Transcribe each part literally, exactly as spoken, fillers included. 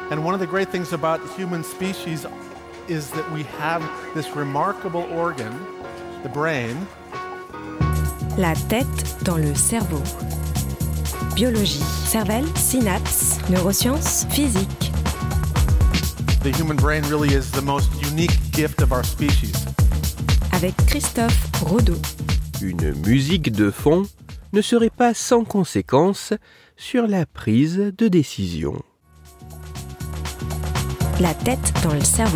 And one of the great things about the human species is that we have this remarkable organ, the brain. La tête dans le cerveau. Biologie, cervelle, synapses, neurosciences, physique. The human brain really is the most unique gift of our species. Avec Christophe Rodeau. Une musique de fond ne serait pas sans conséquence sur la prise de décision. La tête dans le cerveau.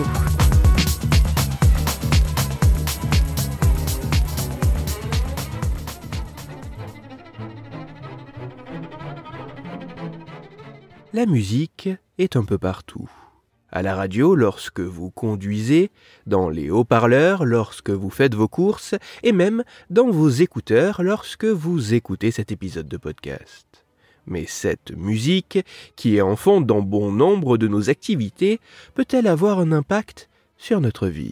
La musique est un peu partout. À la radio lorsque vous conduisez, dans les haut-parleurs lorsque vous faites vos courses, et même dans vos écouteurs lorsque vous écoutez cet épisode de podcast. Mais cette musique, qui est en fond dans bon nombre de nos activités, peut-elle avoir un impact sur notre vie ?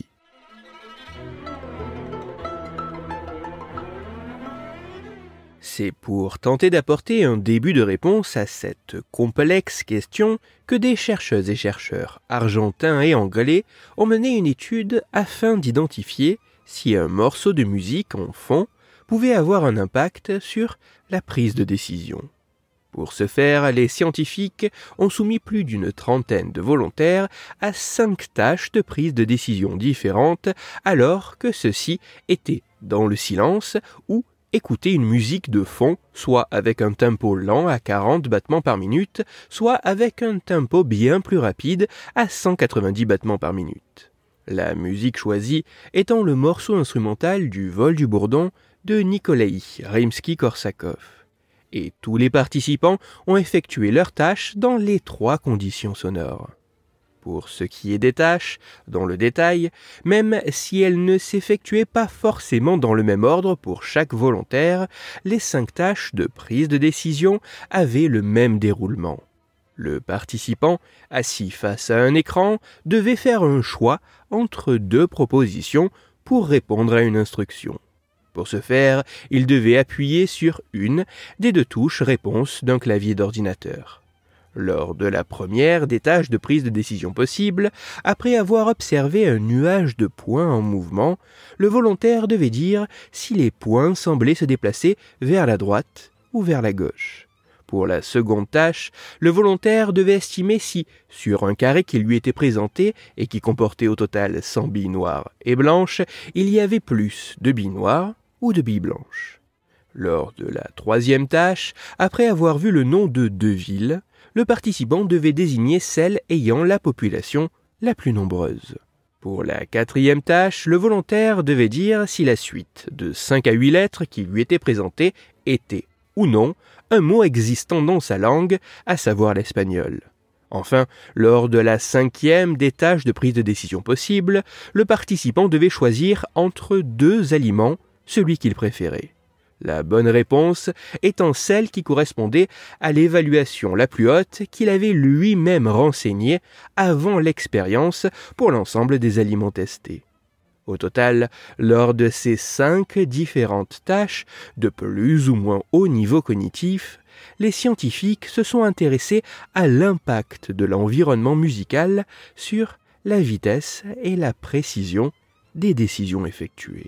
C'est pour tenter d'apporter un début de réponse à cette complexe question que des chercheuses et chercheurs argentins et anglais ont mené une étude afin d'identifier si un morceau de musique en fond pouvait avoir un impact sur la prise de décision. Pour ce faire, les scientifiques ont soumis plus d'une trentaine de volontaires à cinq tâches de prise de décision différentes alors que ceux-ci étaient dans le silence ou écouter une musique de fond, soit avec un tempo lent à quarante battements par minute, soit avec un tempo bien plus rapide à cent quatre-vingt-dix battements par minute. La musique choisie étant le morceau instrumental du Vol du Bourdon de Nikolai Rimsky-Korsakov. Et tous les participants ont effectué leurs tâches dans les trois conditions sonores. Pour ce qui est des tâches, dans le détail, même si elles ne s'effectuaient pas forcément dans le même ordre pour chaque volontaire, les cinq tâches de prise de décision avaient le même déroulement. Le participant, assis face à un écran, devait faire un choix entre deux propositions pour répondre à une instruction. Pour ce faire, il devait appuyer sur une des deux touches réponse d'un clavier d'ordinateur. Lors de la première des tâches de prise de décision possible, après avoir observé un nuage de points en mouvement, le volontaire devait dire si les points semblaient se déplacer vers la droite ou vers la gauche. Pour la seconde tâche, le volontaire devait estimer si, sur un carré qui lui était présenté et qui comportait au total cent billes noires et blanches, il y avait plus de billes noires ou de billes blanches. Lors de la troisième tâche, après avoir vu le nom de deux villes, le participant devait désigner celle ayant la population la plus nombreuse. Pour la quatrième tâche, le volontaire devait dire si la suite de cinq à huit lettres qui lui étaient présentées était, ou non, un mot existant dans sa langue, à savoir l'espagnol. Enfin, lors de la cinquième des tâches de prise de décision possible, le participant devait choisir entre deux aliments celui qu'il préférait. La bonne réponse étant celle qui correspondait à l'évaluation la plus haute qu'il avait lui-même renseignée avant l'expérience pour l'ensemble des aliments testés. Au total, lors de ces cinq différentes tâches, de plus ou moins haut niveau cognitif, les scientifiques se sont intéressés à l'impact de l'environnement musical sur la vitesse et la précision des décisions effectuées.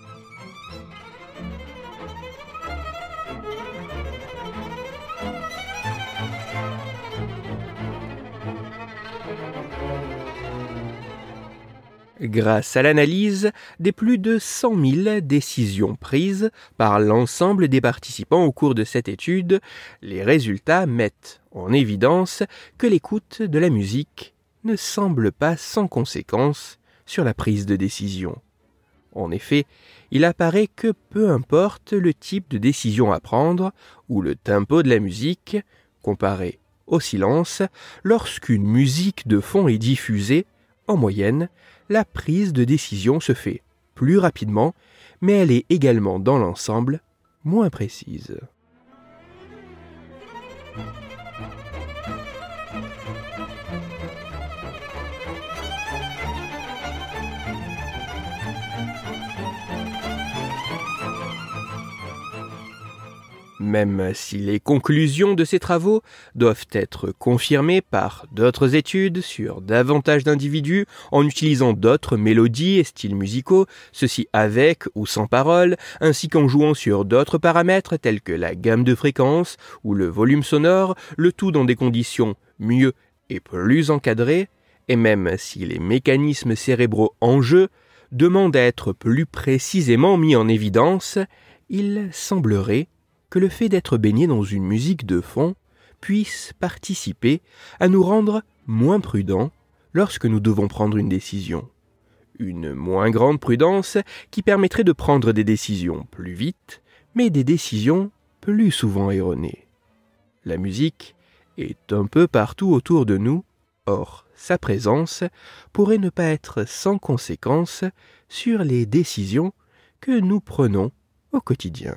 Grâce à l'analyse des plus de cent mille décisions prises par l'ensemble des participants au cours de cette étude, les résultats mettent en évidence que l'écoute de la musique ne semble pas sans conséquence sur la prise de décision. En effet, il apparaît que peu importe le type de décision à prendre ou le tempo de la musique, comparé au silence, lorsqu'une musique de fond est diffusée, en moyenne, la prise de décision se fait plus rapidement, mais elle est également dans l'ensemble moins précise. même si les conclusions de ces travaux doivent être confirmées par d'autres études sur davantage d'individus en utilisant d'autres mélodies et styles musicaux, ceci avec ou sans paroles, ainsi qu'en jouant sur d'autres paramètres tels que la gamme de fréquences ou le volume sonore, le tout dans des conditions mieux et plus encadrées, et même si les mécanismes cérébraux en jeu demandent à être plus précisément mis en évidence, il semblerait que le fait d'être baigné dans une musique de fond puisse participer à nous rendre moins prudents lorsque nous devons prendre une décision. Une moins grande prudence qui permettrait de prendre des décisions plus vite, mais des décisions plus souvent erronées. La musique est un peu partout autour de nous, or sa présence pourrait ne pas être sans conséquence sur les décisions que nous prenons au quotidien.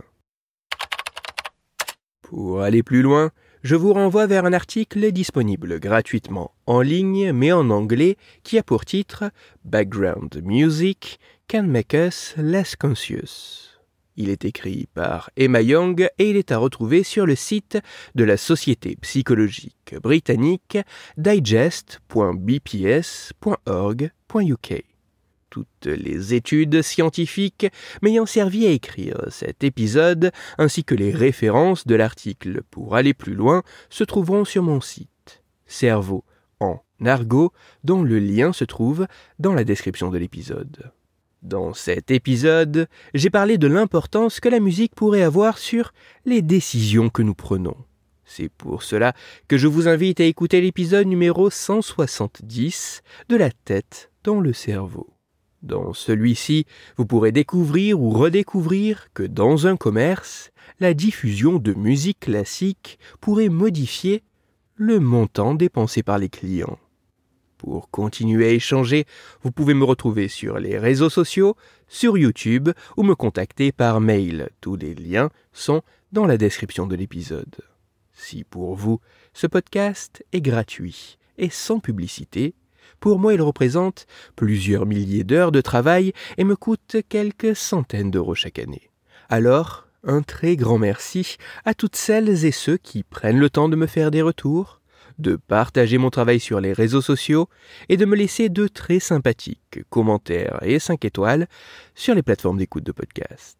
Pour aller plus loin, je vous renvoie vers un article disponible gratuitement en ligne mais en anglais qui a pour titre « Background Music Can Make Us Less Conscious ». Il est écrit par Emma Young et il est à retrouver sur le site de la Société psychologique britannique digest point b p s point org point u k. Toutes les études scientifiques m'ayant servi à écrire cet épisode, ainsi que les références de l'article pour aller plus loin, se trouveront sur mon site, Cerveau en argot, dont le lien se trouve dans la description de l'épisode. Dans cet épisode, j'ai parlé de l'importance que la musique pourrait avoir sur les décisions que nous prenons. C'est pour cela que je vous invite à écouter l'épisode numéro cent soixante-dix de La tête dans le cerveau. Dans celui-ci, vous pourrez découvrir ou redécouvrir que dans un commerce, la diffusion de musique classique pourrait modifier le montant dépensé par les clients. Pour continuer à échanger, vous pouvez me retrouver sur les réseaux sociaux, sur YouTube ou me contacter par mail. Tous les liens sont dans la description de l'épisode. Si pour vous, ce podcast est gratuit et sans publicité, pour moi, il représente plusieurs milliers d'heures de travail et me coûte quelques centaines d'euros chaque année. Alors, un très grand merci à toutes celles et ceux qui prennent le temps de me faire des retours, de partager mon travail sur les réseaux sociaux et de me laisser de très sympathiques commentaires et cinq étoiles sur les plateformes d'écoute de podcast.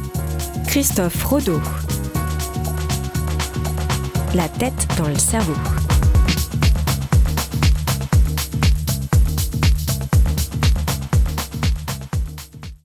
Christophe Rodeau. La tête dans le cerveau.